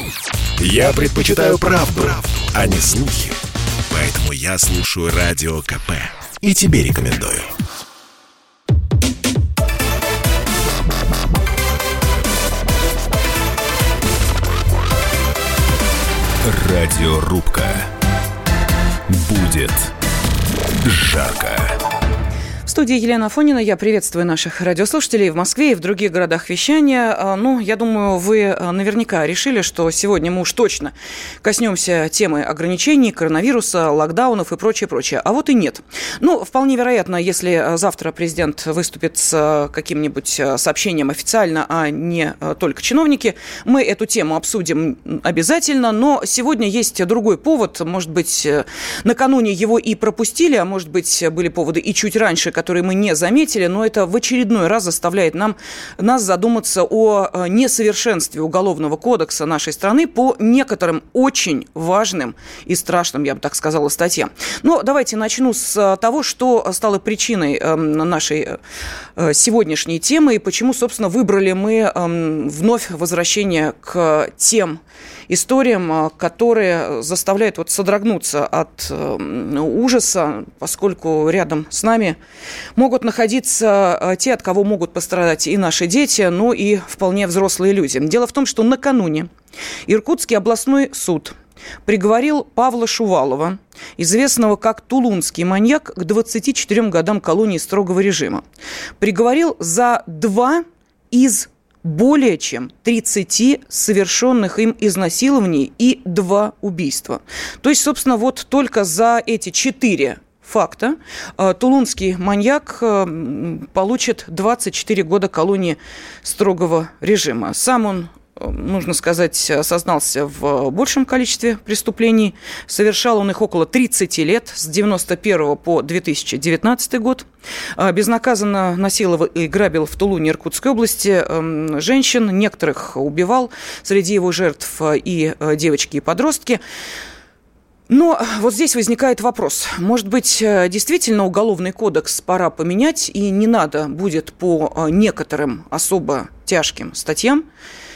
Я предпочитаю правду, а не слухи. Поэтому я слушаю Радио КП. И тебе рекомендую. Радиорубка. Будет жарко. В студии Елена Афонина. Я приветствую наших радиослушателей в Москве и в других городах вещания. Я думаю, вы наверняка решили, что сегодня мы уж точно коснемся темы ограничений, коронавируса, локдаунов и прочее. А вот и нет. Вполне вероятно, если завтра президент выступит с каким-нибудь сообщением официально, а не только чиновники, мы эту тему обсудим обязательно. Но сегодня есть другой повод. Может быть, накануне его и пропустили, а может быть, были поводы и чуть раньше, которые мы не заметили, но это в очередной раз заставляет нас задуматься о несовершенстве Уголовного кодекса нашей страны по некоторым очень важным и страшным, я бы так сказала, статьям. Но давайте начну с того, что стало причиной нашей сегодняшней темы и почему, собственно, выбрали мы вновь возвращение к тем историям, которые заставляют содрогнуться от ужаса, поскольку рядом с нами могут находиться те, от кого могут пострадать и наши дети, но и вполне взрослые люди. Дело в том, что накануне Иркутский областной суд приговорил Павла Шувалова, известного как Тулунский маньяк, к 24 годам колонии строгого режима. Приговорил за 2 из более чем 30 совершенных им изнасилований и 2 убийства. То есть, собственно, только за эти 4 факта тулунский маньяк получит 24 года колонии строгого режима. Сам он, нужно сказать, сознался в большем количестве преступлений. Совершал он их около 30 лет, с 1991 по 2019 год. Безнаказанно насиловал и грабил в Тулуне Иркутской области женщин, некоторых убивал. Среди его жертв и девочки, и подростки. Но здесь возникает вопрос. Может быть, действительно Уголовный кодекс пора поменять, и не надо будет по некоторым особо тяжким статьям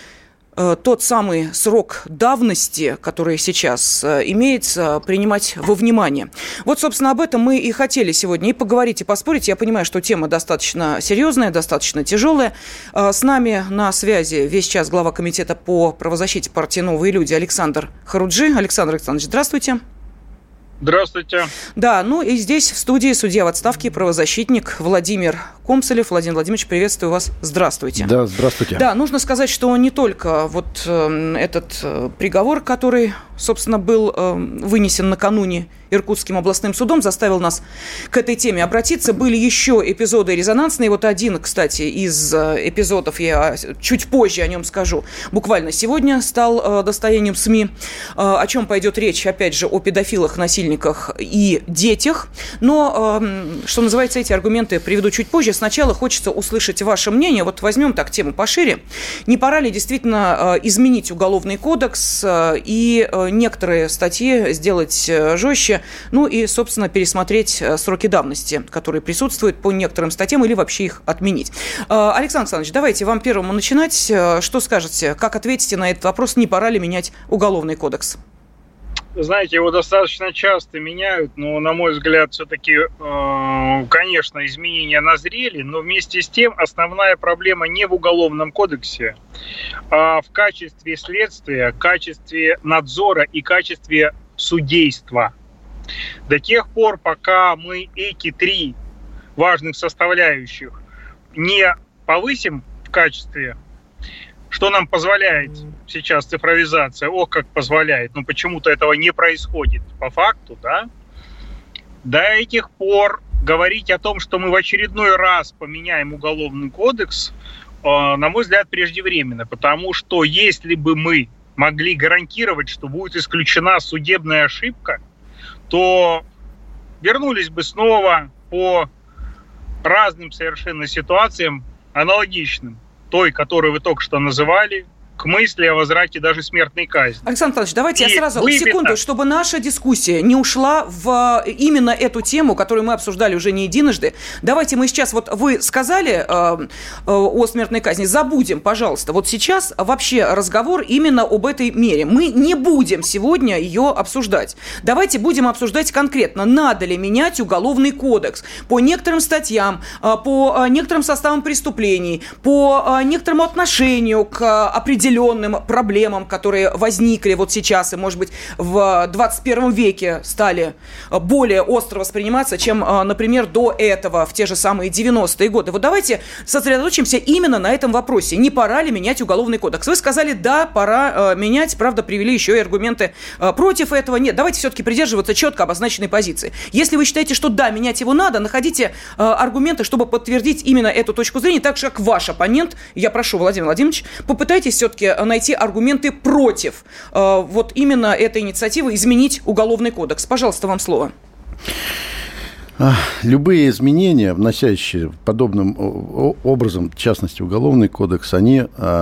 тот самый срок давности, который сейчас имеется, принимать во внимание. Собственно, об этом мы и хотели сегодня и поговорить, и поспорить. Я понимаю, что тема достаточно серьезная, достаточно тяжелая. С нами на связи весь час глава комитета по правозащите партии «Новые люди» Александр Харуджи. Александр Александрович, здравствуйте. Здравствуйте. Да, и здесь в студии судья в отставке, правозащитник Владимир Комцелев. Владимир Владимирович, приветствую вас. Здравствуйте. Да, здравствуйте. Да, нужно сказать, что не только этот приговор, который, собственно, был вынесен накануне Иркутским областным судом, заставил нас к этой теме обратиться. Были еще эпизоды резонансные. Один, кстати, из эпизодов, я чуть позже о нем скажу, буквально сегодня стал достоянием СМИ. О чем пойдет речь, опять же, о педофилах, насильниках и детях. Но, что называется, эти аргументы приведу чуть позже. Сначала хочется услышать ваше мнение. Возьмем так тему пошире. Не пора ли действительно изменить Уголовный кодекс и некоторые статьи сделать жестче? И, собственно, пересмотреть сроки давности, которые присутствуют по некоторым статьям, или вообще их отменить. Александр Александрович, давайте вам первому начинать. Что скажете? Как ответите на этот вопрос? Не пора ли менять Уголовный кодекс? Знаете, его достаточно часто меняют, но, на мой взгляд, все-таки, конечно, изменения назрели, но вместе с тем основная проблема не в Уголовном кодексе, а в качестве следствия, качестве надзора и качестве судейства. До тех пор, пока мы эти 3 важных составляющих не повысим в качестве, что нам позволяет сейчас цифровизация, как позволяет, но почему-то этого не происходит по факту, да? До этих пор говорить о том, что мы в очередной раз поменяем Уголовный кодекс, на мой взгляд, преждевременно, потому что если бы мы могли гарантировать, что будет исключена судебная ошибка, то вернулись бы снова по разным совершенно ситуациям, аналогичным той, которую вы только что называли, к мысли о возврате даже смертной казни. Александр Павлович, давайте я сразу, секунду, чтобы наша дискуссия не ушла в именно эту тему, которую мы обсуждали уже не единожды. Давайте мы сейчас, вот вы сказали о смертной казни, забудем, пожалуйста, вот сейчас вообще разговор именно об этой мере. Мы не будем сегодня ее обсуждать. Давайте будем обсуждать конкретно, надо ли менять Уголовный кодекс по некоторым статьям, по некоторым составам преступлений, по некоторому отношению к определенным проблемам, которые возникли вот сейчас и, может быть, в 21 веке стали более остро восприниматься, чем, например, до этого, в те же самые 90-е годы. Вот давайте сосредоточимся именно на этом вопросе. Не пора ли менять Уголовный кодекс? Вы сказали, да, пора менять. Правда, привели еще и аргументы против этого. Нет, давайте все-таки придерживаться четко обозначенной позиции. Если вы считаете, что да, менять его надо, находите аргументы, чтобы подтвердить именно эту точку зрения, так же, как ваш оппонент. Я прошу, Владимир Владимирович, попытайтесь все-таки найти аргументы против вот именно этой инициативы изменить Уголовный кодекс. Пожалуйста, вам слово. Любые изменения, вносящие подобным образом, в частности, Уголовный кодекс, они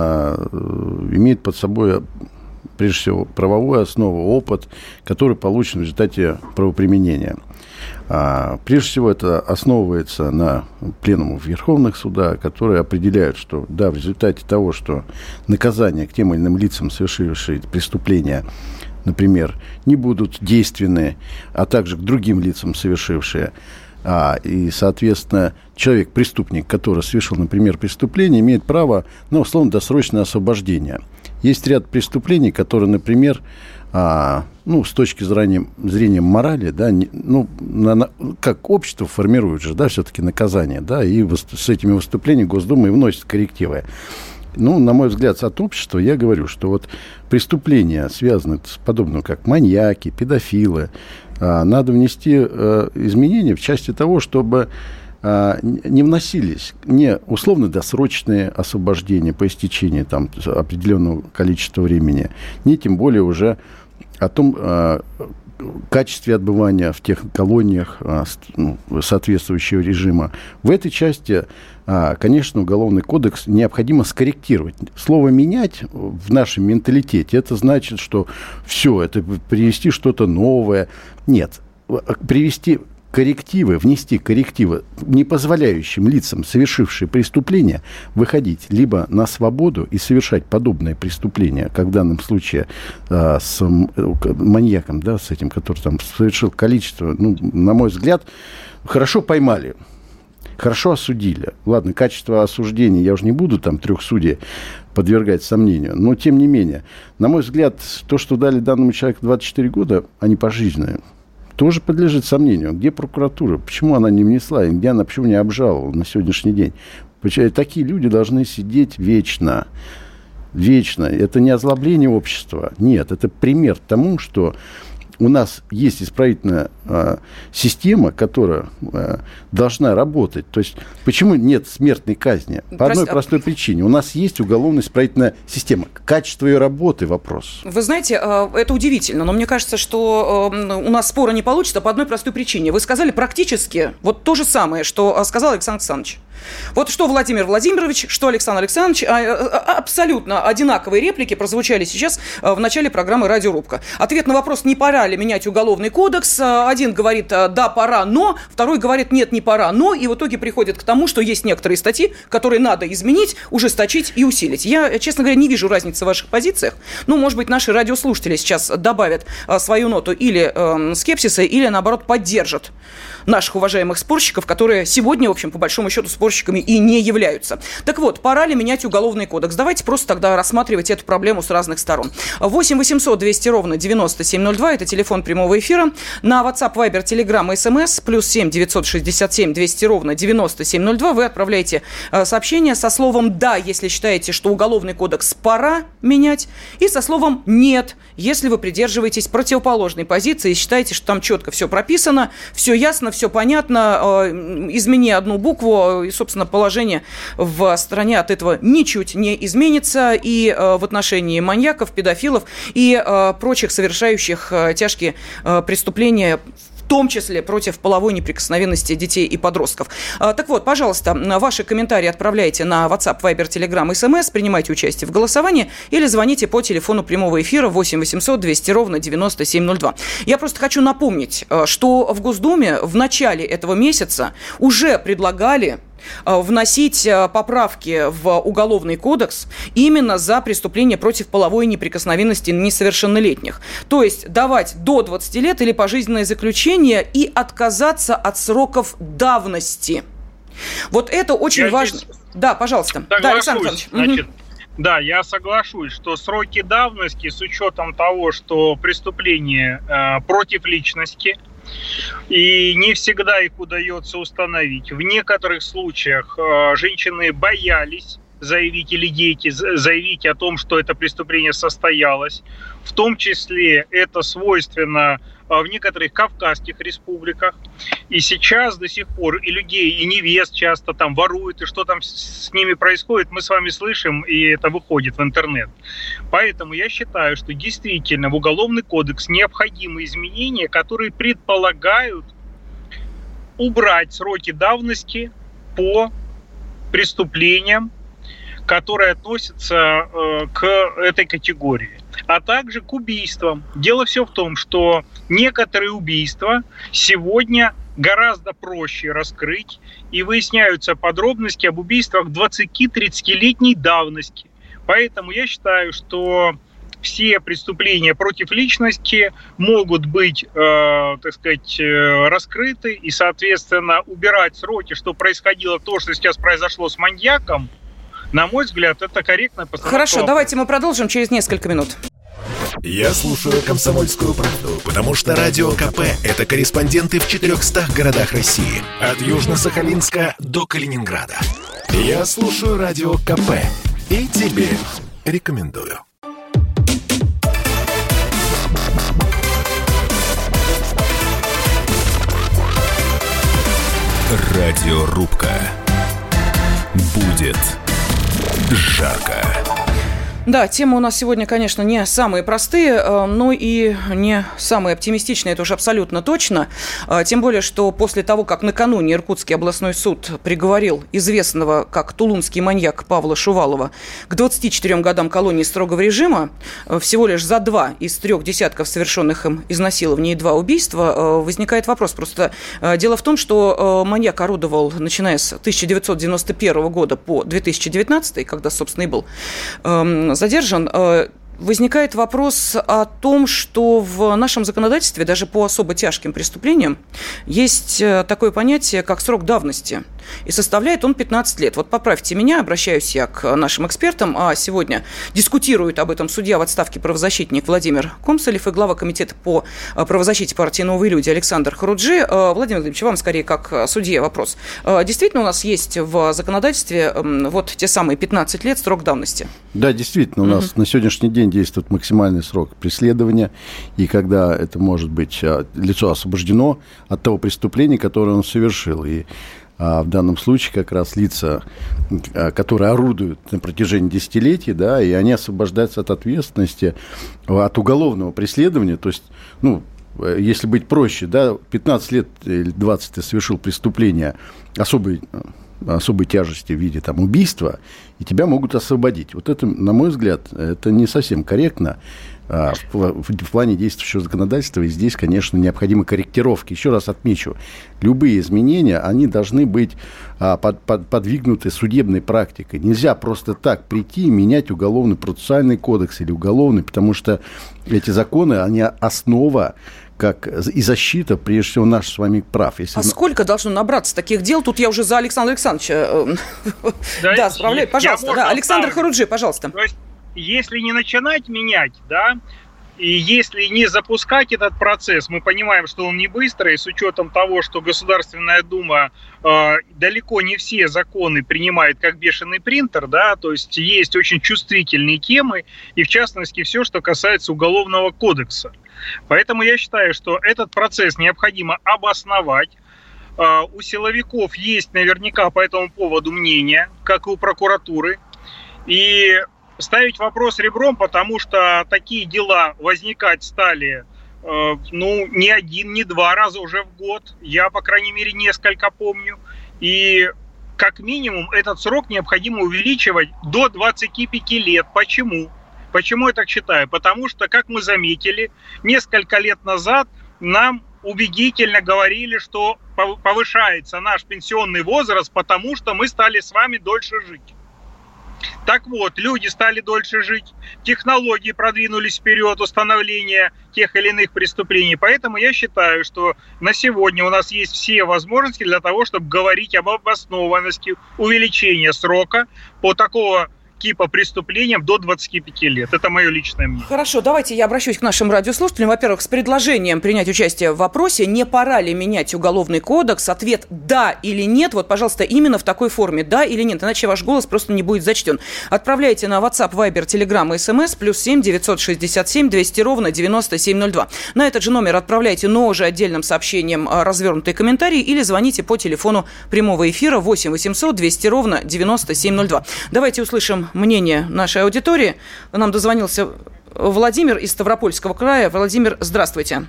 имеют под собой, прежде всего, правовую основу, опыт, который получен в результате правоприменения. Прежде всего, это основывается на пленумах Верховных суда, которые определяют, что, да, в результате того, что наказания к тем или иным лицам, совершившим преступления, например, не будут действенны, а также к другим лицам, совершившие. И, соответственно, человек, преступник, который совершил, например, преступление, имеет право на условно-досрочное освобождение. Есть ряд преступлений, которые, например, с точки зрения морали, да, как общество формирует же, да, все-таки наказание, да, и с этими выступлениями Госдума и вносит коррективы. На мой взгляд, от общества я говорю, что вот преступления, связанные с подобным, как маньяки, педофилы, надо внести изменения в части того, чтобы не вносились не условно-досрочные освобождения по истечении там определенного количества времени, не тем более уже о том качестве отбывания в тех колониях соответствующего режима. В этой части, конечно, Уголовный кодекс необходимо скорректировать. Слово «менять» в нашем менталитете, это значит, что все, это привести что-то новое. Нет, привести коррективы, внести коррективы, не позволяющим лицам, совершившим преступления, выходить либо на свободу и совершать подобные преступления, как в данном случае с маньяком, да, с этим, который там совершил количество, на мой взгляд, хорошо поймали, хорошо осудили. Ладно, качество осуждения я уже не буду там 3 судей подвергать сомнению, но тем не менее, на мой взгляд, то, что дали данному человеку 24 года, они пожизненные, тоже подлежит сомнению. Где прокуратура? Почему она не внесла? И где она почему не обжаловала на сегодняшний день? Такие люди должны сидеть вечно. Вечно. Это не озлобление общества. Нет, это пример тому, что у нас есть исправительная система, которая должна работать. То есть, почему нет смертной казни? По одной простой причине. У нас есть уголовно-исправительная система. Качество ее работы – вопрос. Вы знаете, это удивительно, но мне кажется, что у нас спора не получится по одной простой причине. Вы сказали практически вот то же самое, что сказал Александр Александрович. Вот что Владимир Владимирович, что Александр Александрович, абсолютно одинаковые реплики прозвучали сейчас в начале программы «Радиорубка». Ответ на вопрос, не пора ли менять Уголовный кодекс. Один говорит, да, пора, но. Второй говорит, нет, не пора, но. И в итоге приходит к тому, что есть некоторые статьи, которые надо изменить, ужесточить и усилить. Я, честно говоря, не вижу разницы в ваших позициях. Может быть, наши радиослушатели сейчас добавят свою ноту или скепсиса, или, наоборот, поддержат наших уважаемых спорщиков, которые сегодня, в общем, по большому счету, спорщиками и не являются. Так вот, пора ли менять Уголовный кодекс? Давайте просто тогда рассматривать эту проблему с разных сторон. 8 800 200 ровно 9702, это телефон прямого эфира. На WhatsApp, Viber, Telegram, SMS, +7 967 200 ровно 9702. Вы отправляете сообщение со словом «да», если считаете, что Уголовный кодекс пора менять, и со словом «нет», если вы придерживаетесь противоположной позиции и считаете, что там четко все прописано, все ясно, все понятно, измени одну букву, и, собственно, положение в стране от этого ничуть не изменится, и в отношении маньяков, педофилов и прочих совершающих тяжкие преступления, том числе против половой неприкосновенности детей и подростков. Так вот, пожалуйста, ваши комментарии отправляйте на WhatsApp, Viber, Telegram, SMS, принимайте участие в голосовании или звоните по телефону прямого эфира 8 800 200 ровно 9702. Я просто хочу напомнить, что в Госдуме в начале этого месяца уже предлагали вносить поправки в Уголовный кодекс именно за преступления против половой неприкосновенности несовершеннолетних. То есть давать до 20 лет или пожизненное заключение и отказаться от сроков давности. Вот это очень важно. Да, пожалуйста. Да, Александр Александрович. Значит, да, я соглашусь, что сроки давности с учетом того, что преступление против личности, и не всегда их удается установить. В некоторых случаях женщины боялись заявить или дети заявить о том, что это преступление состоялось. В том числе это свойственно в некоторых кавказских республиках. И сейчас до сих пор и людей, и невест часто там воруют, и что там с ними происходит, мы с вами слышим, и это выходит в интернет. Поэтому я считаю, что действительно в Уголовный кодекс необходимы изменения, которые предполагают убрать сроки давности по преступлениям, которые относятся к этой категории, а также к убийствам. Дело все в том, что некоторые убийства сегодня гораздо проще раскрыть, и выясняются подробности об убийствах 20-30-летней давности. Поэтому я считаю, что все преступления против личности могут быть, раскрыты, и, соответственно, убирать сроки, что происходило то, что сейчас произошло с маньяком. На мой взгляд, это корректно. Хорошо, давайте мы продолжим через несколько минут. Я слушаю «Комсомольскую правду», потому что Радио КП – это корреспонденты в 400 городах России. От Южно-Сахалинска до Калининграда. Я слушаю Радио КП и тебе рекомендую. Радиорубка. Будет жарко. Да, темы у нас сегодня, конечно, не самые простые, но и не самые оптимистичные, это уж абсолютно точно. Тем более, что после того, как накануне Иркутский областной суд приговорил известного как тулунский маньяк Павла Шувалова к 24 годам колонии строгого режима, всего лишь за 2 из 3 десятков совершенных им изнасилований и 2 убийства, возникает вопрос. Просто дело в том, что маньяк орудовал, начиная с 1991 года по 2019, когда, собственно, и был задержан. Возникает вопрос о том, что в нашем законодательстве даже по особо тяжким преступлениям есть такое понятие, как срок давности. И составляет он 15 лет. Вот поправьте меня, обращаюсь я к нашим экспертам. А сегодня дискутирует об этом судья в отставке правозащитник Владимир Комсолев и глава комитета по правозащите партии «Новые люди» Александр Харуджи. Владимир Владимирович, вам скорее как судье вопрос. Действительно у нас есть в законодательстве вот те самые 15 лет срок давности? Да, действительно, у нас на сегодняшний день действует максимальный срок преследования, и когда это может быть лицо освобождено от того преступления, которое он совершил. И в данном случае как раз лица, которые орудуют на протяжении десятилетий, да, и они освобождаются от ответственности, от уголовного преследования. То есть, если быть проще, да, 15 лет или 20 ты совершил преступление особой тяжести в виде там убийства, и тебя могут освободить. Вот это, на мой взгляд, это не совсем корректно в плане действующего законодательства, и здесь, конечно, необходимы корректировки. Еще раз отмечу, любые изменения, они должны быть подвигнуты судебной практикой. Нельзя просто так прийти и менять уголовно-процессуальный кодекс или уголовный, потому что эти законы, они основа как и защита, прежде всего, наших с вами прав. Если... сколько должно набраться таких дел? Тут я уже за Александра Александровича справляю. Пожалуйста, Александр Харуджи, пожалуйста. То есть, если не начинать менять, да, и если не запускать этот процесс, мы понимаем, что он не быстрый, с учетом того, что Государственная Дума далеко не все законы принимает как бешеный принтер, да, то есть есть очень чувствительные темы, и в частности все, что касается Уголовного кодекса. Поэтому я считаю, что этот процесс необходимо обосновать. У силовиков есть наверняка по этому поводу мнение, как и у прокуратуры. И ставить вопрос ребром, потому что такие дела возникать стали не один, не два раза уже в год. Я, по крайней мере, несколько помню. И как минимум этот срок необходимо увеличивать до 25 лет. Почему? Почему я так считаю? Потому что, как мы заметили, несколько лет назад нам убедительно говорили, что повышается наш пенсионный возраст, потому что мы стали с вами дольше жить. Так вот, люди стали дольше жить, технологии продвинулись вперед, установление тех или иных преступлений. Поэтому я считаю, что на сегодня у нас есть все возможности для того, чтобы говорить об обоснованности увеличения срока по такого типа преступлениям до 25 лет. Это мое личное мнение. Хорошо, давайте я обращусь к нашим радиослушателям. Во-первых, с предложением принять участие в вопросе, не пора ли менять Уголовный кодекс. Ответ «да» или «нет». Вот, пожалуйста, именно в такой форме «да» или «нет». Иначе ваш голос просто не будет зачтен. Отправляйте на WhatsApp, Viber, Telegram и SMS +7 967 200 ровно 9702. На этот же номер отправляйте, но уже отдельным сообщением развернутые комментарии или звоните по телефону прямого эфира 8 800 200 ровно 9702. Давайте услышим мнение нашей аудитории. Нам дозвонился Владимир из Ставропольского края. Владимир, здравствуйте.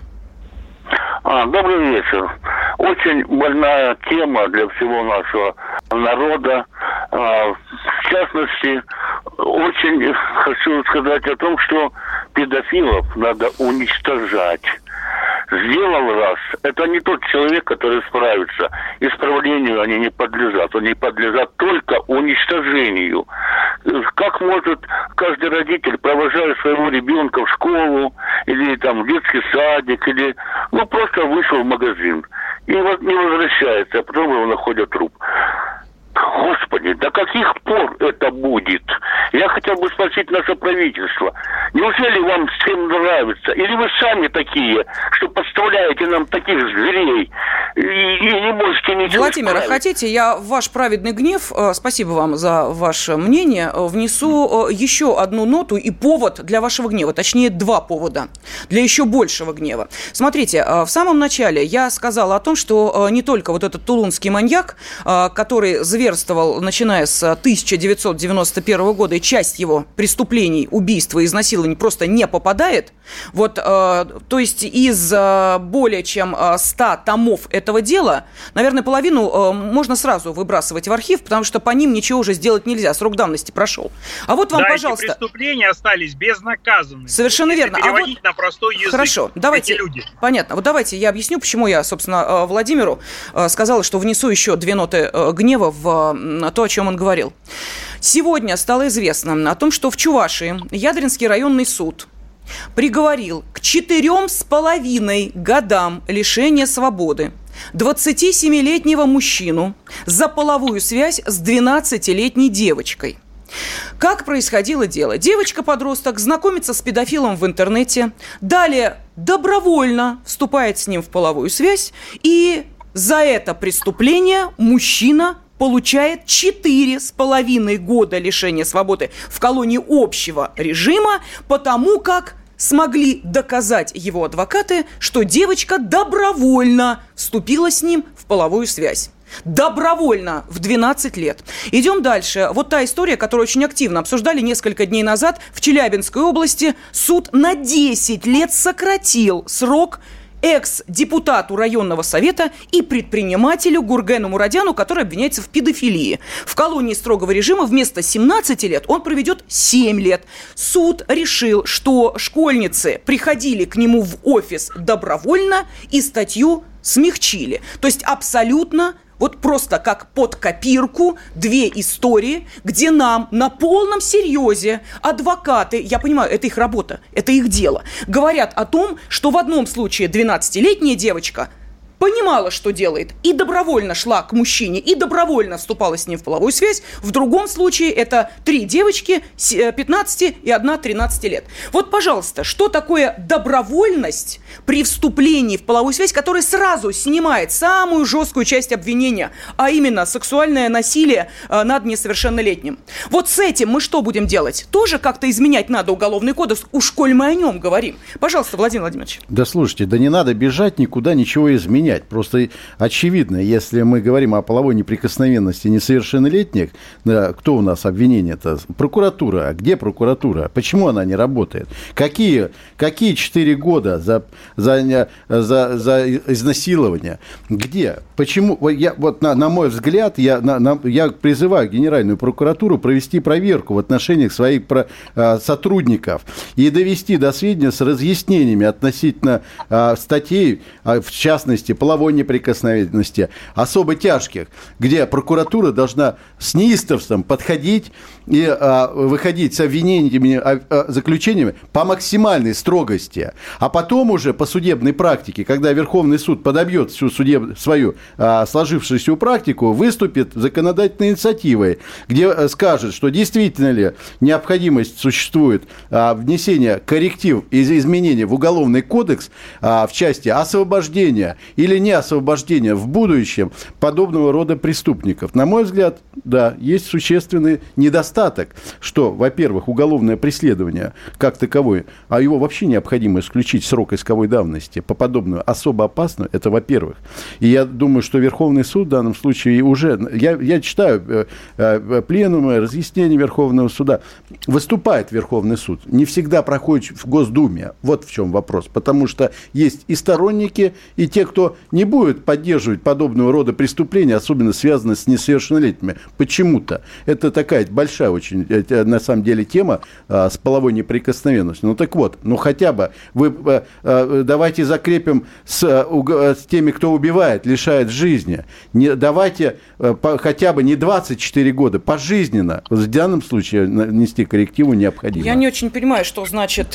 Добрый вечер. Очень больная тема для всего нашего народа. В частности, очень хочу сказать о том, что педофилов надо уничтожать. Сделал раз, это не тот человек, который справится. Исправлению они не подлежат. Они подлежат только уничтожению. Как может каждый родитель, провожая своего ребенка в школу, или там в детский садик, или просто вышел в магазин и вот не возвращается, а потом его находят труп. Господи, до каких пор это будет? Я хотел бы спросить наше правительство. Неужели вам всем нравится? Или вы сами такие, что подставляете нам таких зверей и не можете ничего Владимир, исправить? хотите, я в ваш праведный гнев, спасибо вам за ваше мнение, внесу еще одну ноту и повод для вашего гнева, точнее, два повода для еще большего гнева. Смотрите, в самом начале я сказала о том, что не только вот этот тулунский маньяк, который зверствовал, начиная с 1991 года, и часть его преступлений, убийства, изнасилований просто не попадает. Вот, то есть из более чем 100 томов этого дела, наверное, половину можно сразу выбрасывать в архив, потому что по ним ничего уже сделать нельзя, срок давности прошел. А вот вам, пожалуйста... эти преступления остались безнаказанными. Совершенно верно. Переводить на простой язык. Хорошо, давайте, понятно. Вот давайте я объясню, почему я, собственно, Владимиру сказала, что внесу еще две ноты гнева в то, о чем он говорил. Сегодня стало известно о том, что в Чувашии Ядринский районный суд приговорил к 4,5 годам лишения свободы 27-летнего мужчину за половую связь с 12-летней девочкой. Как происходило дело? Девочка-подросток знакомится с педофилом в интернете, далее добровольно вступает с ним в половую связь, и за это преступление мужчина получает 4,5 года лишения свободы в колонии общего режима, потому как смогли доказать его адвокаты, что девочка добровольно вступила с ним в половую связь. Добровольно в 12 лет. Идем дальше. Вот та история, которую очень активно обсуждали несколько дней назад в Челябинской области. Суд на 10 лет сократил срок экс-депутату районного совета и предпринимателю Гургену Мурадяну, который обвиняется в педофилии. В колонии строгого режима вместо 17 лет он проведет 7 лет. Суд решил, что школьницы приходили к нему в офис добровольно и статью смягчили. То есть абсолютно вот просто как под копирку две истории, где нам на полном серьезе адвокаты, я понимаю, это их работа, это их дело, говорят о том, что в одном случае 12-летняя девочка понимала, что делает, и добровольно шла к мужчине, и добровольно вступала с ним в половую связь. В другом случае это 3 девочки, 15 и 1 13 лет. Вот, пожалуйста, что такое добровольность при вступлении в половую связь, которая сразу снимает самую жесткую часть обвинения, а именно сексуальное насилие над несовершеннолетним? Вот с этим мы что будем делать? Тоже как-то изменять надо Уголовный кодекс? Уж коль мы о нем говорим. Пожалуйста, Владимир Владимирович. Да слушайте, да не надо бежать никуда, ничего изменять. принять. Просто очевидно, если мы говорим о половой неприкосновенности несовершеннолетних, кто у нас обвинение-то? Прокуратура. А где прокуратура? Почему она не работает? Какие 4 года за изнасилование? Где? Почему? На мой взгляд, я призываю Генеральную прокуратуру провести проверку в отношениях своих сотрудников и довести до сведения с разъяснениями относительно статей, в частности, половой неприкосновенности, особо тяжких, где прокуратура должна с неистовством подходить и выходить с обвинениями, заключениями по максимальной строгости. А потом уже по судебной практике, когда Верховный суд подобьет всю свою сложившуюся практику, выступит законодательной инициативой, где скажет, что действительно ли необходимость существует внесения корректив и изменений в Уголовный кодекс в части освобождения или не освобождения в будущем подобного рода преступников. На мой взгляд, да, есть существенный недостаток, что, во-первых, уголовное преследование как таковое, а его вообще необходимо исключить срок исковой давности по подобному особо опасно, это во-первых. И я думаю, что Верховный суд в данном случае уже, я читаю пленумы, разъяснения Верховного суда, выступает Верховный суд, не всегда проходит в Госдуме. Вот в чем вопрос. Потому что есть и сторонники, и те, кто не будет поддерживать подобного рода преступления, особенно связанные с несовершеннолетними. Почему-то. Это такая большая очень, на самом деле, тема с половой неприкосновенностью. Ну так вот, хотя бы вы давайте закрепим с теми, кто убивает, лишает жизни. Давайте хотя бы не 24 года, пожизненно. В данном случае нести коррективу необходимо. Я не очень понимаю, что значит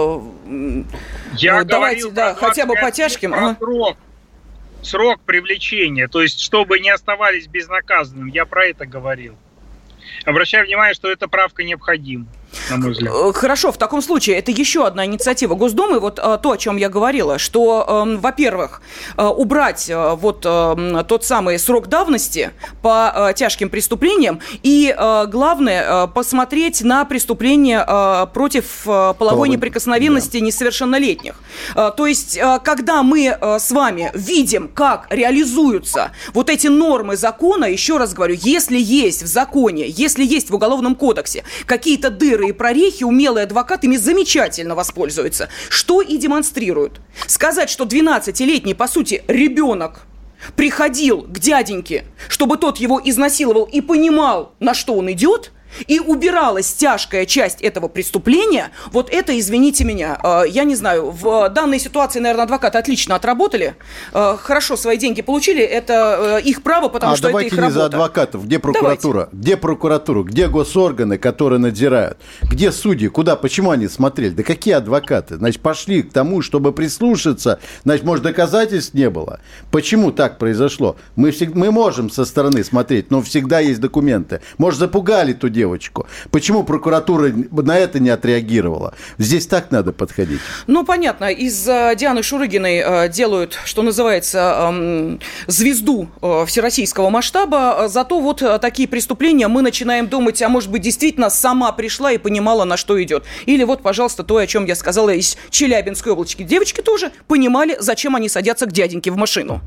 давайте, хотя бы по тяжким. Срок привлечения, то есть чтобы не оставались безнаказанными, я про это говорил. Обращаю внимание, что эта правка необходима. на мой взгляд. Хорошо, в таком случае это еще одна инициатива Госдумы, вот то, о чем я говорила, что, во-первых, убрать вот тот самый срок давности по тяжким преступлениям и, главное, посмотреть на преступления против половой неприкосновенности несовершеннолетних. То есть, когда мы с вами видим, как реализуются вот эти нормы закона, еще раз говорю, если есть в законе, если есть в Уголовном кодексе какие-то дыры и прорехи, умелый адвокат ими замечательно воспользуется. Что и демонстрируют. Сказать, что 12-летний, по сути, ребенок приходил к дяденьке, чтобы тот его изнасиловал и понимал, на что он идет, и убиралась тяжкая часть этого преступления, вот это, извините меня, я не знаю, в данной ситуации, наверное, адвокаты отлично отработали, хорошо свои деньги получили, это их право, потому что это их работа. А давайте не за адвокатов, где прокуратура? Давайте. Где прокуратура? Где госорганы, которые надзирают? Где судьи? Куда? Почему они смотрели? Да какие адвокаты? Значит, пошли к тому, чтобы прислушаться, значит, может, доказательств не было? Почему так произошло? Мы можем со стороны смотреть, но всегда есть документы. Может, запугали ту девочку. Почему прокуратура на это не отреагировала? Здесь так надо подходить. Ну, понятно. Из Дианы Шурыгиной делают, что называется, звезду всероссийского масштаба. Зато вот такие преступления мы начинаем думать, а может быть, действительно сама пришла и понимала, на что идет. Или вот, пожалуйста, то, о чем я сказала из Челябинской области. Девочки тоже понимали, зачем они садятся к дяденьке в машину.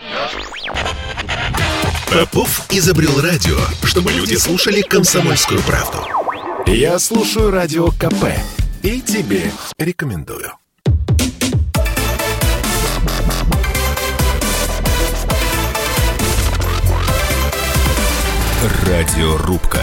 Попов изобрел радио, чтобы люди слушали «Комсомольскую правду». Я слушаю Радио КП и тебе рекомендую. Радиорубка.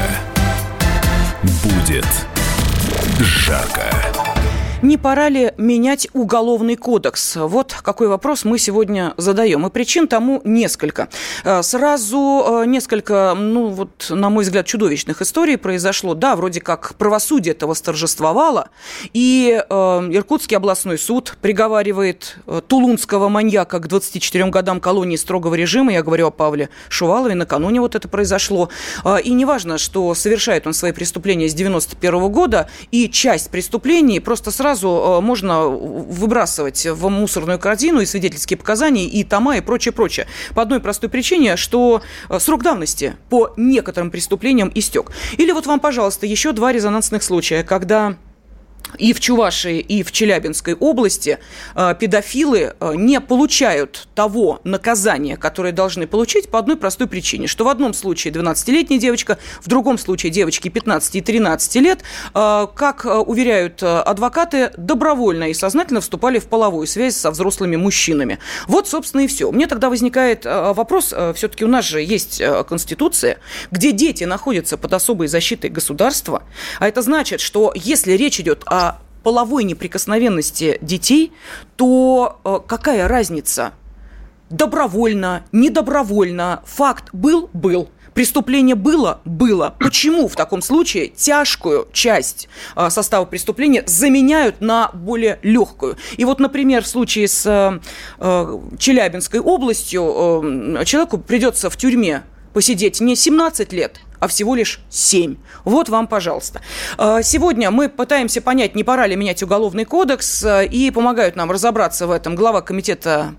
Будет жарко. Не пора ли менять Уголовный кодекс? Вот какой вопрос мы сегодня задаем. И причин тому несколько. Сразу несколько, на мой взгляд, чудовищных историй произошло. Да, вроде как правосудие-то восторжествовало. И Иркутский областной суд приговаривает тулунского маньяка к 24 годам колонии строгого режима. Я говорю о Павле Шувалове. Накануне вот это произошло. И неважно, что совершает он свои преступления с 91 года. И часть преступлений просто сразу можно выбрасывать в мусорную корзину и свидетельские показания, и тома, и прочее. По одной простой причине, что срок давности по некоторым преступлениям истек. Или вот вам, пожалуйста, еще два резонансных случая, когда и в Чувашии, и в Челябинской области педофилы не получают того наказания, которое должны получить, по одной простой причине, что в одном случае 12-летняя девочка, в другом случае девочки 15 и 13 лет, как уверяют адвокаты, добровольно и сознательно вступали в половую связь со взрослыми мужчинами. Вот, собственно, и все. Мне тогда возникает вопрос, все-таки у нас же есть Конституция, где дети находятся под особой защитой государства, а это значит, что если речь идет о половой неприкосновенности детей, то какая разница? Добровольно, недобровольно. Факт был? Был. Преступление было? Было. Почему в таком случае тяжкую часть состава преступления заменяют на более легкую? И вот, например, в случае с Челябинской областью человеку придется в тюрьме посидеть не 17 лет, а всего лишь 7. Вот вам, пожалуйста. Сегодня мы пытаемся понять, не пора ли менять Уголовный кодекс, и помогают нам разобраться в этом глава комитета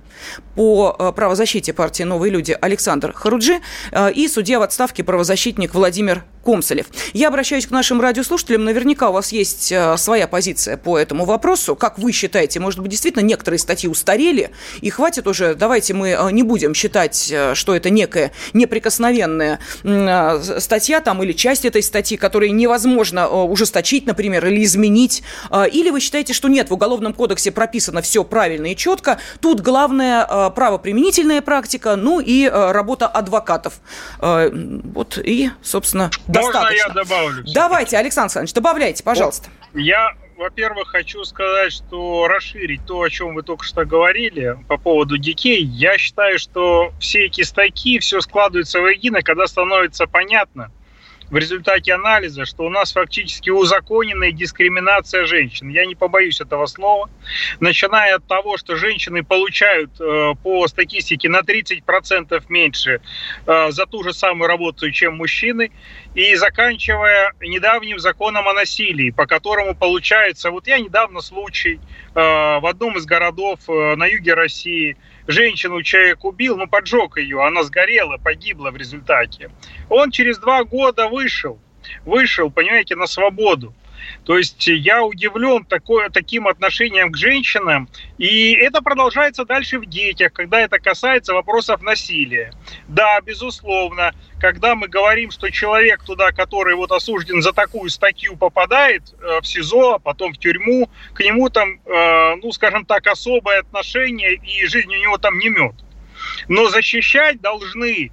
по правозащите партии «Новые люди» Александр Харуджи и судья в отставке правозащитник Владимир Комсолев. Я обращаюсь к нашим радиослушателям. Наверняка у вас есть своя позиция по этому вопросу. Как вы считаете, может быть, действительно некоторые статьи устарели, и хватит уже, давайте мы не будем считать, что это некая неприкосновенная статья там, или часть этой статьи, которую невозможно ужесточить, например, или изменить. Или вы считаете, что нет, в Уголовном кодексе прописано все правильно и четко. Тут главное правоприменительная практика, ну и работа адвокатов. Вот и, собственно, достаточно. Можно я добавлю? Давайте, Александр Александрович, добавляйте, пожалуйста. Я, во-первых, хочу сказать, что расширить то, о чем вы только что говорили по поводу детей. Я считаю, что все эти статьи, все складывается воедино, когда становится понятно в результате анализа, что у нас фактически узаконенная дискриминация женщин. Я не побоюсь этого слова. Начиная от того, что женщины получают по статистике на 30% меньше за ту же самую работу, чем мужчины, и заканчивая недавним законом о насилии, по которому получается, вот я недавно случай в одном из городов на юге России, женщину человек убил, поджег ее, она сгорела, погибла в результате. Он через 2 года вышел, понимаете, на свободу. То есть я удивлен таким отношением к женщинам, и это продолжается дальше в детях, когда это касается вопросов насилия. Да, безусловно, когда мы говорим, что человек туда, который вот осужден за такую статью, попадает в СИЗО, а потом в тюрьму, к нему там, скажем так, особое отношение, и жизнь у него там не мед. Но защищать должны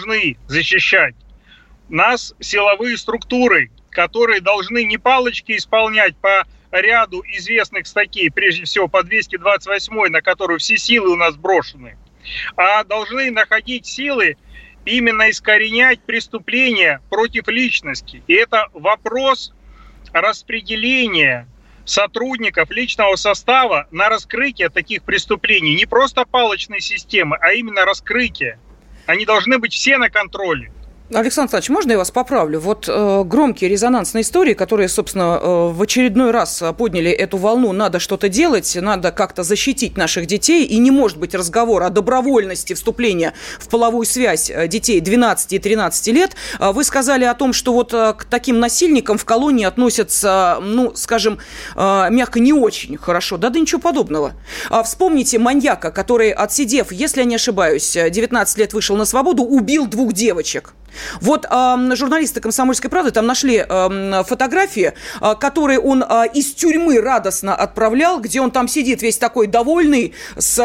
защищать нас силовые структуры, которые должны не палочки исполнять по ряду известных статей, прежде всего по 228, на которую все силы у нас брошены, а должны находить силы именно искоренять преступления против личности. И это вопрос распределения сотрудников личного состава на раскрытие таких преступлений. Не просто палочной системы, а именно раскрытие. Они должны быть все на контроле. Александр Александрович, можно я вас поправлю? Вот громкие резонансные истории, которые, собственно, в очередной раз подняли эту волну, надо что-то делать, надо как-то защитить наших детей, и не может быть разговора о добровольности вступления в половую связь детей 12 и 13 лет. Вы сказали о том, что вот к таким насильникам в колонии относятся, скажем, мягко, не очень хорошо. Да ничего подобного. Вспомните маньяка, который, отсидев, если я не ошибаюсь, 19 лет вышел на свободу, убил 2 девочек. Вот журналисты «Комсомольской правды» там нашли фотографии, которые он из тюрьмы радостно отправлял, где он там сидит весь такой довольный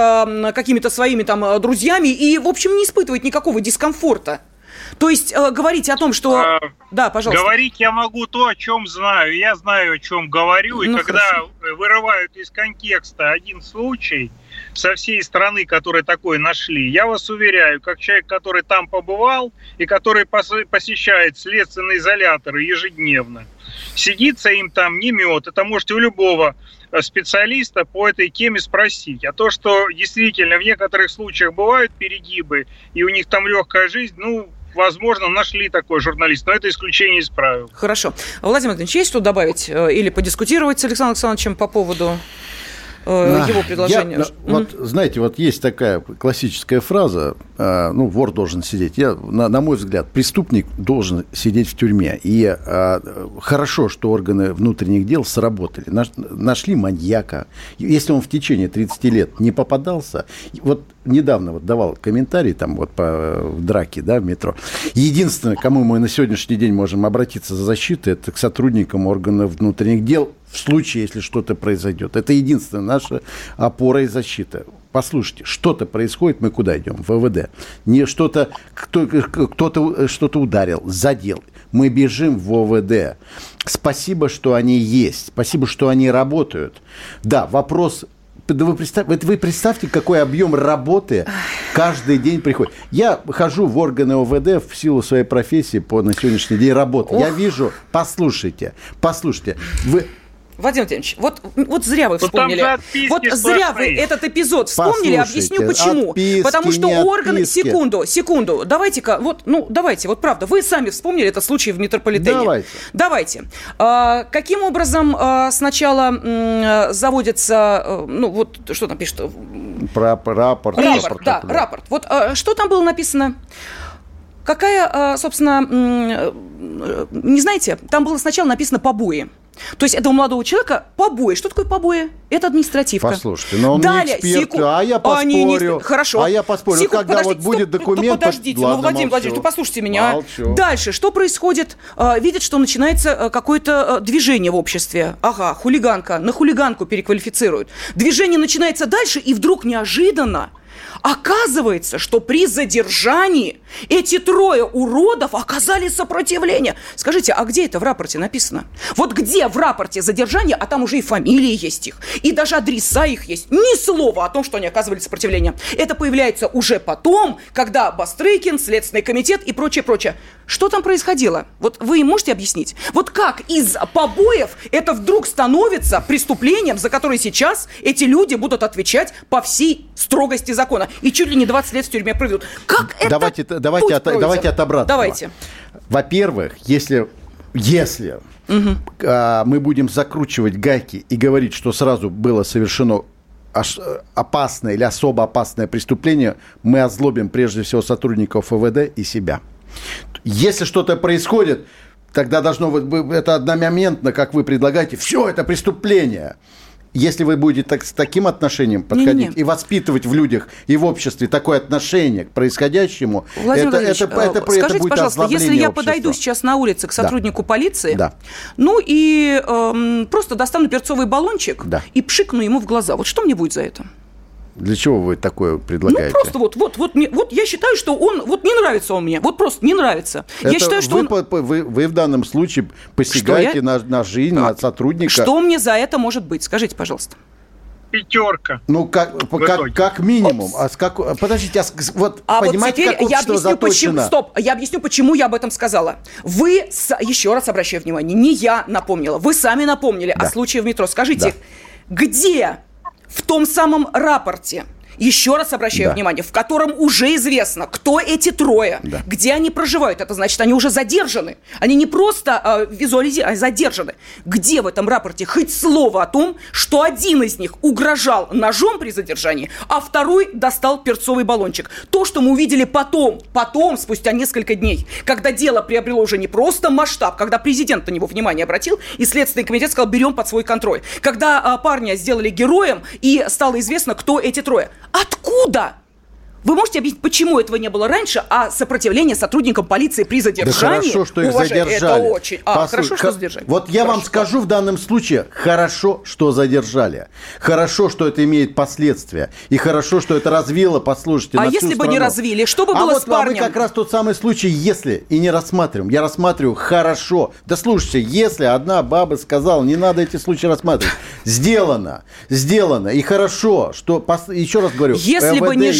с какими-то своими там друзьями и, в общем, не испытывает никакого дискомфорта. То есть говорить о том, что... Да, пожалуйста. Говорить я могу то, о чем знаю. Я знаю, о чем говорю. И когда вырывают из контекста один случай со всей страны, который такой нашли, я вас уверяю, как человек, который там побывал и который посещает следственные изоляторы ежедневно, сидится им там не мед. Это можете у любого специалиста по этой теме спросить. А то, что действительно в некоторых случаях бывают перегибы, и у них там легкая жизнь, возможно, нашли такой журналист, но это исключение из правил. Хорошо. Владимир Владимирович, есть что добавить или подискутировать с Александром Александровичем по поводу его предложение. Вот, знаете, вот есть такая классическая фраза, вор должен сидеть. На мой взгляд, преступник должен сидеть в тюрьме. И хорошо, что органы внутренних дел сработали. Нашли маньяка. Если он в течение 30 лет не попадался, вот недавно давал комментарий там в драке, в метро. Единственное, кому мы на сегодняшний день можем обратиться за защитой, это к сотрудникам органов внутренних дел в случае, если что-то произойдет. Это единственная наша опора и защита. Послушайте, что-то происходит, мы куда идем? В ВВД. Не что-то, кто-то что-то ударил, задел. Мы бежим в ОВД. Спасибо, что они есть. Спасибо, что они работают. Да, вопрос... Вы представьте, какой объем работы каждый день приходит. Я хожу в органы ОВД в силу своей профессии на сегодняшний день работы. Я вижу, послушайте, вы... Владимир Владимирович, вот зря вы вспомнили. Вот зря вы этот эпизод вспомнили, объясню почему. Потому что органы... Секунду. Давайте-ка, давайте, правда, вы сами вспомнили этот случай в метрополитене. Давайте. Каким образом сначала заводится, что там пишет? Рапорт. Рапорт. Вот что там было написано? Какая, собственно, не знаете, там было сначала написано «побои». То есть этого молодого человека побои. Что такое побои? Это административка. Послушайте, но он не эксперт, я поспорю. Хорошо. Я поспорю, когда будет документ... Подождите, Владимир Владимирович, послушайте меня. Молчу. Дальше, что происходит? Видят, что начинается какое-то движение в обществе. Ага, хулиганка. На хулиганку переквалифицируют. Движение начинается дальше, и вдруг неожиданно оказывается, что при задержании эти трое уродов оказали сопротивление. Скажите, а где это в рапорте написано? Вот где в рапорте задержание, а там уже и фамилии есть их, и даже адреса их есть. Ни слова о том, что они оказывали сопротивление. Это появляется уже потом, когда Бастрыкин, Следственный комитет и прочее. Что там происходило? Вот вы можете объяснить? Вот как из побоев это вдруг становится преступлением, за которое сейчас эти люди будут отвечать по всей строгости закона? И чуть ли не 20 лет в тюрьме проведут. Как это? Давайте от обратного. Давайте. Во-первых, если мы будем закручивать гайки и говорить, что сразу было совершено опасное или особо опасное преступление, мы озлобим прежде всего сотрудников ОВД и себя. Если что-то происходит, тогда должно быть это одномоментно, как вы предлагаете, все это преступление. Если вы будете с таким отношением подходить и воспитывать в людях и в обществе такое отношение к происходящему, Владимир Владимирович, скажите, будет пожалуйста, если я подойду сейчас на улице к сотруднику полиции, и просто достану перцовый баллончик и пшикну ему в глаза, вот что мне будет за это? Для чего вы такое предлагаете? Просто я считаю, что он, не нравится он мне, просто не нравится. Я считаю, что вы в данном случае посягаете на жизнь, на сотрудника. Что мне за это может быть? Скажите, пожалуйста. 5. Как минимум. Подождите, понимаете, как общество заточено? Я объясню, почему я об этом сказала. Вы, еще раз обращаю внимание, не я напомнила, вы сами напомнили о случае в метро. Скажите, где... В том самом рапорте, еще раз обращаю внимание, в котором уже известно, кто эти трое, где они проживают. Это значит, они уже задержаны. Они не просто визуализированы, а задержаны. Где в этом рапорте хоть слово о том, что один из них угрожал ножом при задержании, а второй достал перцовый баллончик. То, что мы увидели потом, спустя несколько дней, когда дело приобрело уже не просто масштаб, когда президент на него внимание обратил, и Следственный комитет сказал, берем под свой контроль. Когда парня сделали героем, и стало известно, кто эти трое. Откуда? Вы можете объяснить, почему этого не было раньше, а сопротивление сотрудникам полиции при задержании... Да хорошо, что их задержали. Это очень... хорошо, что задержали. Вот я вам скажу в данном случае, хорошо, что задержали. Хорошо, что это имеет последствия. И хорошо, что это развило, послушайте, на всю если бы страну. Не развили, что бы было с парнем? А мы как раз тот самый случай, если и не рассматриваем. Я рассматриваю хорошо. Да слушайте, если одна баба сказала, не надо эти случаи рассматривать. Сделано. И хорошо, что... Еще раз говорю, если бы не женщина,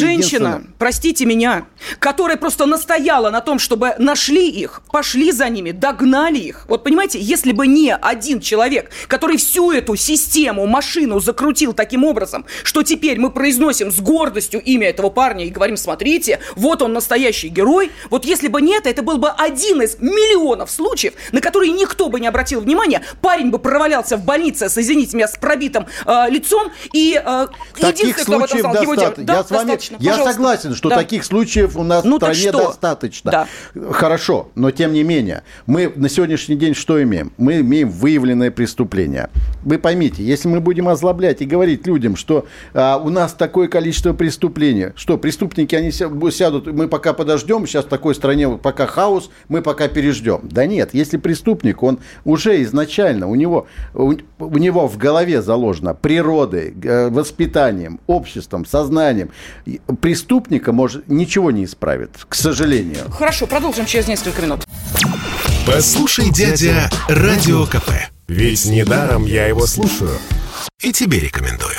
женщина, простите меня, которая просто настояла на том, чтобы нашли их, пошли за ними, догнали их. Вот понимаете, если бы не один человек, который всю эту систему, машину закрутил таким образом, что теперь мы произносим с гордостью имя этого парня и говорим, смотрите, вот он настоящий герой. Вот если бы не это был бы один из миллионов случаев, на которые никто бы не обратил внимания, парень бы провалялся в больнице, извините меня, с пробитым лицом, и единственный, кто в этом знал, его дело. Да, я согласен, что таких случаев у нас в стране достаточно. Да. Хорошо, но тем не менее, мы на сегодняшний день что имеем? Мы имеем выявленное преступление. Вы поймите, если мы будем озлоблять и говорить людям, что у нас такое количество преступлений, что преступники, они сядут, мы пока подождем, сейчас в такой стране пока хаос, мы пока переждем. Да нет, если преступник, он уже изначально, у него в голове заложено природой, воспитанием, обществом, сознанием. Преступника ничего не исправит, к сожалению. Хорошо, продолжим через несколько минут. Послушай, дядя, Радио КП. Ведь недаром я его слушаю. И тебе рекомендую.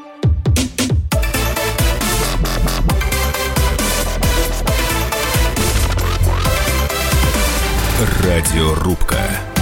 Радиорубка.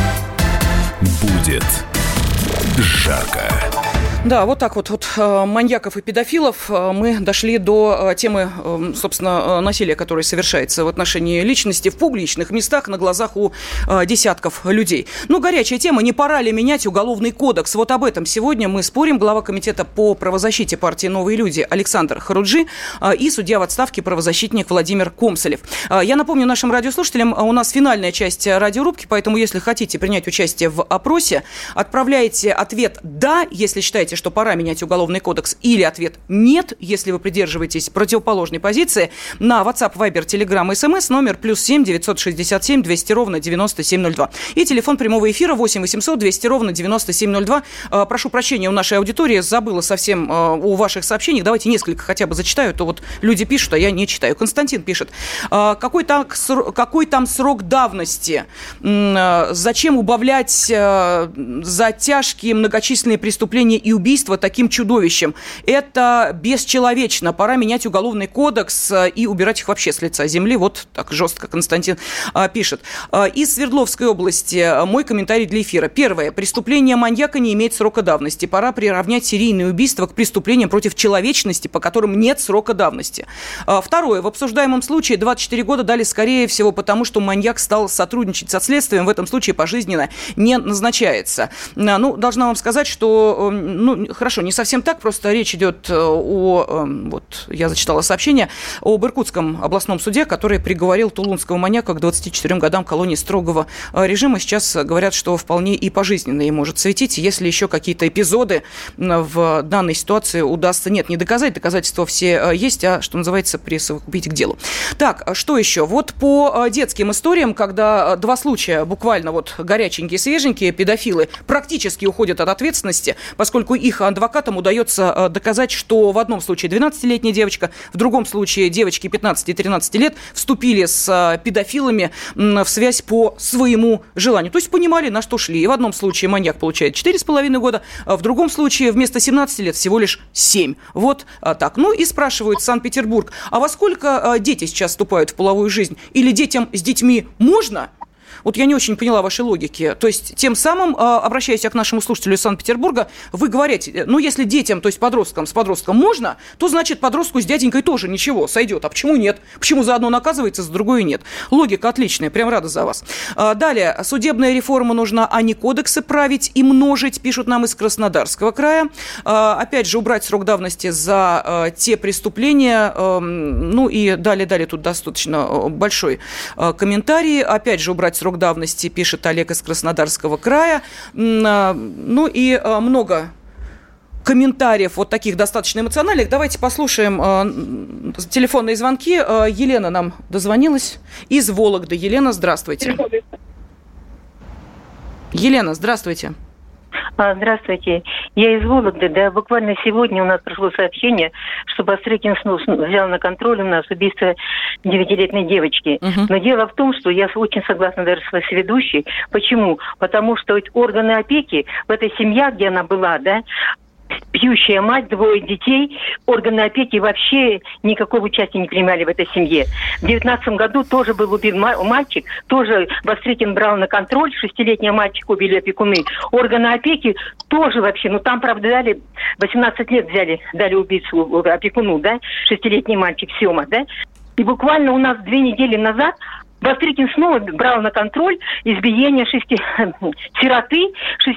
Будет жарко. Да, вот так вот маньяков и педофилов мы дошли до темы, собственно, насилия, которое совершается в отношении личности в публичных местах на глазах у десятков людей. Ну, горячая тема, не пора ли менять Уголовный кодекс? Вот об этом сегодня мы спорим. Глава комитета по правозащите партии «Новые люди» Александр Харуджи и судья в отставке правозащитник Владимир Комсолев. Я напомню нашим радиослушателям, у нас финальная часть радиорубки, поэтому если хотите принять участие в опросе, отправляйте ответ «да», если считаете, что пора менять Уголовный кодекс, или ответ «нет», если вы придерживаетесь противоположной позиции, на WhatsApp, Viber, Telegram, SMS номер +7 967 200 ровно 9702. И телефон прямого эфира 8 800 200 ровно 9702. Прошу прощения у нашей аудитории, забыла совсем о ваших сообщениях. Давайте несколько хотя бы зачитаю, то вот люди пишут, а я не читаю. Константин пишет. Какой там срок давности? Зачем убавлять за тяжкие многочисленные преступления и убийства таким чудовищем? Это бесчеловечно. Пора менять Уголовный кодекс и убирать их вообще с лица земли. Вот так жестко Константин пишет. Из Свердловской области мой комментарий для эфира. Первое. Преступление маньяка не имеет срока давности. Пора приравнять серийные убийства к преступлениям против человечности, по которым нет срока давности. Второе. В обсуждаемом случае 24 года дали, скорее всего, потому что маньяк стал сотрудничать со следствием. В этом случае пожизненно не назначается. Ну, должна вам сказать, что хорошо, не совсем так, просто речь идет вот я зачитала сообщение, об Иркутском областном суде, который приговорил тулунского маньяка к 24 годам колонии строгого режима. Сейчас говорят, что вполне и пожизненно ей может светить, если еще какие-то эпизоды в данной ситуации удастся, не доказать, доказательства все есть, а, что называется, присовокупить к делу. Так, что еще? Вот по детским историям, когда два случая, буквально вот горяченькие, свеженькие, педофилы практически уходят от ответственности, поскольку их адвокатам удается доказать, что в одном случае 12-летняя девочка, в другом случае девочки 15 и 13 лет вступили с педофилами в связь по своему желанию. То есть понимали, на что шли. И в одном случае маньяк получает 4,5 года, а в другом случае вместо 17 лет всего лишь 7. Вот так. Ну и спрашивают Санкт-Петербург, а во сколько дети сейчас вступают в половую жизнь? Или детям с детьми можно? Вот я не очень поняла вашей логики. То есть, тем самым, обращаясь к нашему слушателю из Санкт-Петербурга, вы говорите, если детям, то есть подросткам, с подростком можно, то, значит, подростку с дяденькой тоже ничего, сойдет. А почему нет? Почему за одно наказывается, за другое нет? Логика отличная, прям рада за вас. Далее, судебная реформа нужна, а не кодексы править и множить, пишут нам из Краснодарского края. Опять же, убрать срок давности за те преступления, и далее тут достаточно большой комментарий. Опять же, убрать срок давности, пишет Олег из Краснодарского края. И много комментариев вот таких достаточно эмоциональных. Давайте послушаем телефонные звонки. Елена нам дозвонилась из Вологды. Елена, здравствуйте. Елена, здравствуйте. Здравствуйте. Я из Вологды. Да, буквально сегодня у нас пришло сообщение, что Бастрыкин взял на контроль у нас убийство 9-летней девочки. Но дело в том, что я очень согласна даже с ведущей. Почему? Потому что ведь органы опеки в этой семье, где она была, да, пьющая мать, 2 детей, органы опеки вообще никакого участия не принимали в этой семье. В 2019 году тоже был убит мальчик, тоже Вострикин брал на контроль, 6-летний мальчик убили опекуны. Органы опеки тоже вообще, там, правда, дали 18 лет дали убийцу опекуну, да, 6-летний мальчик Сема, да. И буквально у нас 2 недели назад Вострикин снова брал на контроль избиение сироты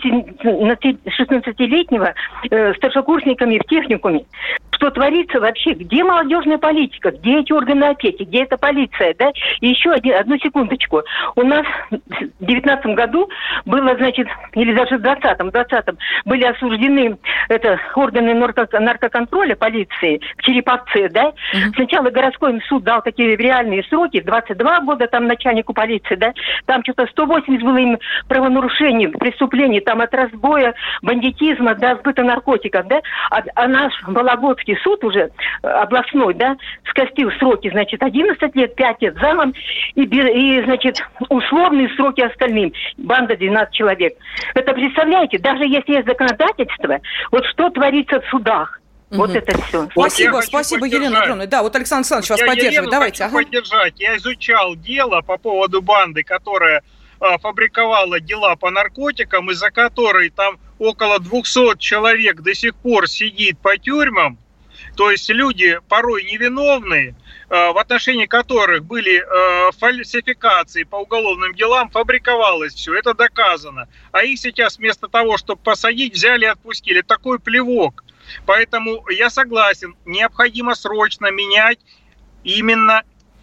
16-летнего старшекурсниками в техникуме. Что творится вообще? Где молодежная политика? Где эти органы опеки? Где эта полиция? Да? И еще одну секундочку. У нас в 2019 году было, значит, или даже в 2020 были осуждены органы наркоконтроля полиции в Череповце, да? Сначала городской суд дал такие реальные сроки, 22 года там начальнику полиции, да? Там что-то 180 было им правонарушений, преступлений, там от разбоя, бандитизма до сбыта наркотиков, да? А наш Вологодский суд уже областной, да, скостил сроки, значит, 11 лет, 5 лет замом и значит, условные сроки остальным. Банда 12 человек. Это представляете, даже если есть законодательство, вот что творится в судах. Вот это все. Спасибо, Елена Андроновна. Да, вот Александр Александрович вас поддерживает. Давайте. Поддержать. Я изучал дело по поводу банды, которая фабриковала дела по наркотикам, из-за которой там около 200 человек до сих пор сидит по тюрьмам. То есть люди порой невиновные, в отношении которых были фальсификации по уголовным делам, фабриковалось все, это доказано. А их сейчас вместо того, чтобы посадить, взяли и отпустили. Такой плевок. Поэтому я согласен, необходимо срочно менять именно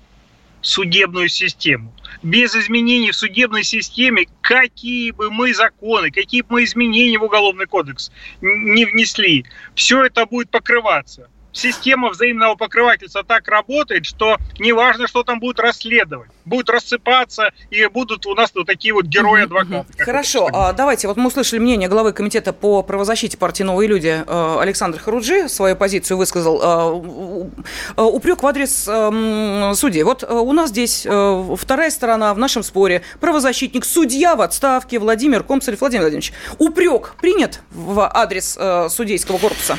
судебную систему. Без изменений в судебной системе, какие бы мы законы, какие бы мы изменения в Уголовный кодекс не внесли, все это будет покрываться. Система взаимного покрывательства так работает, что неважно, что там будут расследовать, будут рассыпаться, и будут у нас вот такие вот герои-адвокаты. Хорошо, давайте, вот мы услышали мнение главы комитета по правозащите партии «Новые люди» Александр Харуджи, свою позицию высказал, упрек в адрес судей. Вот у нас здесь вторая сторона в нашем споре, правозащитник, судья в отставке Владимир Комцарев. Владимир Владимирович, упрек принят в адрес судейского корпуса?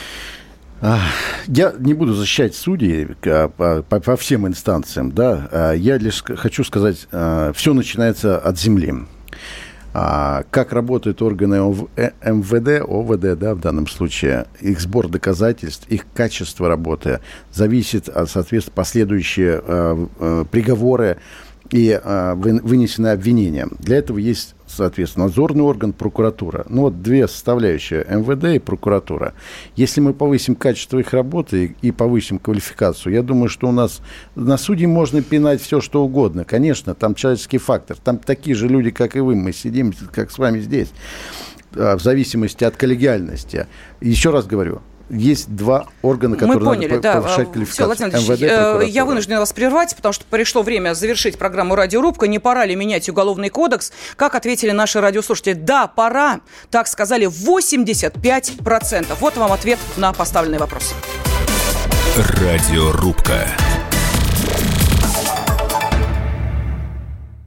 Я не буду защищать судей по всем инстанциям, да. Я лишь хочу сказать, все начинается от земли. Как работают органы МВД, ОВД, да, в данном случае, их сбор доказательств, их качество работы зависит от, соответственно, последующие приговоры и вынесенные обвинения. Для этого есть, соответственно, надзорный орган, прокуратура. Ну, вот 2 составляющие, МВД и прокуратура. Если мы повысим качество их работы и повысим квалификацию, я думаю, что у нас на судей можно пинать все, что угодно. Конечно, там человеческий фактор. Там такие же люди, как и вы. Мы сидим, как с вами здесь, в зависимости от коллегиальности. Еще раз говорю, есть 2 органа, которые надо повышать квалификацию. Все, Владимир я вынуждена вас прервать, потому что пришло время завершить программу «Радиорубка». Не пора ли менять Уголовный кодекс? Как ответили наши радиослушатели? Да, пора. Так сказали 85%. Вот вам ответ на поставленный вопрос. Радиорубка.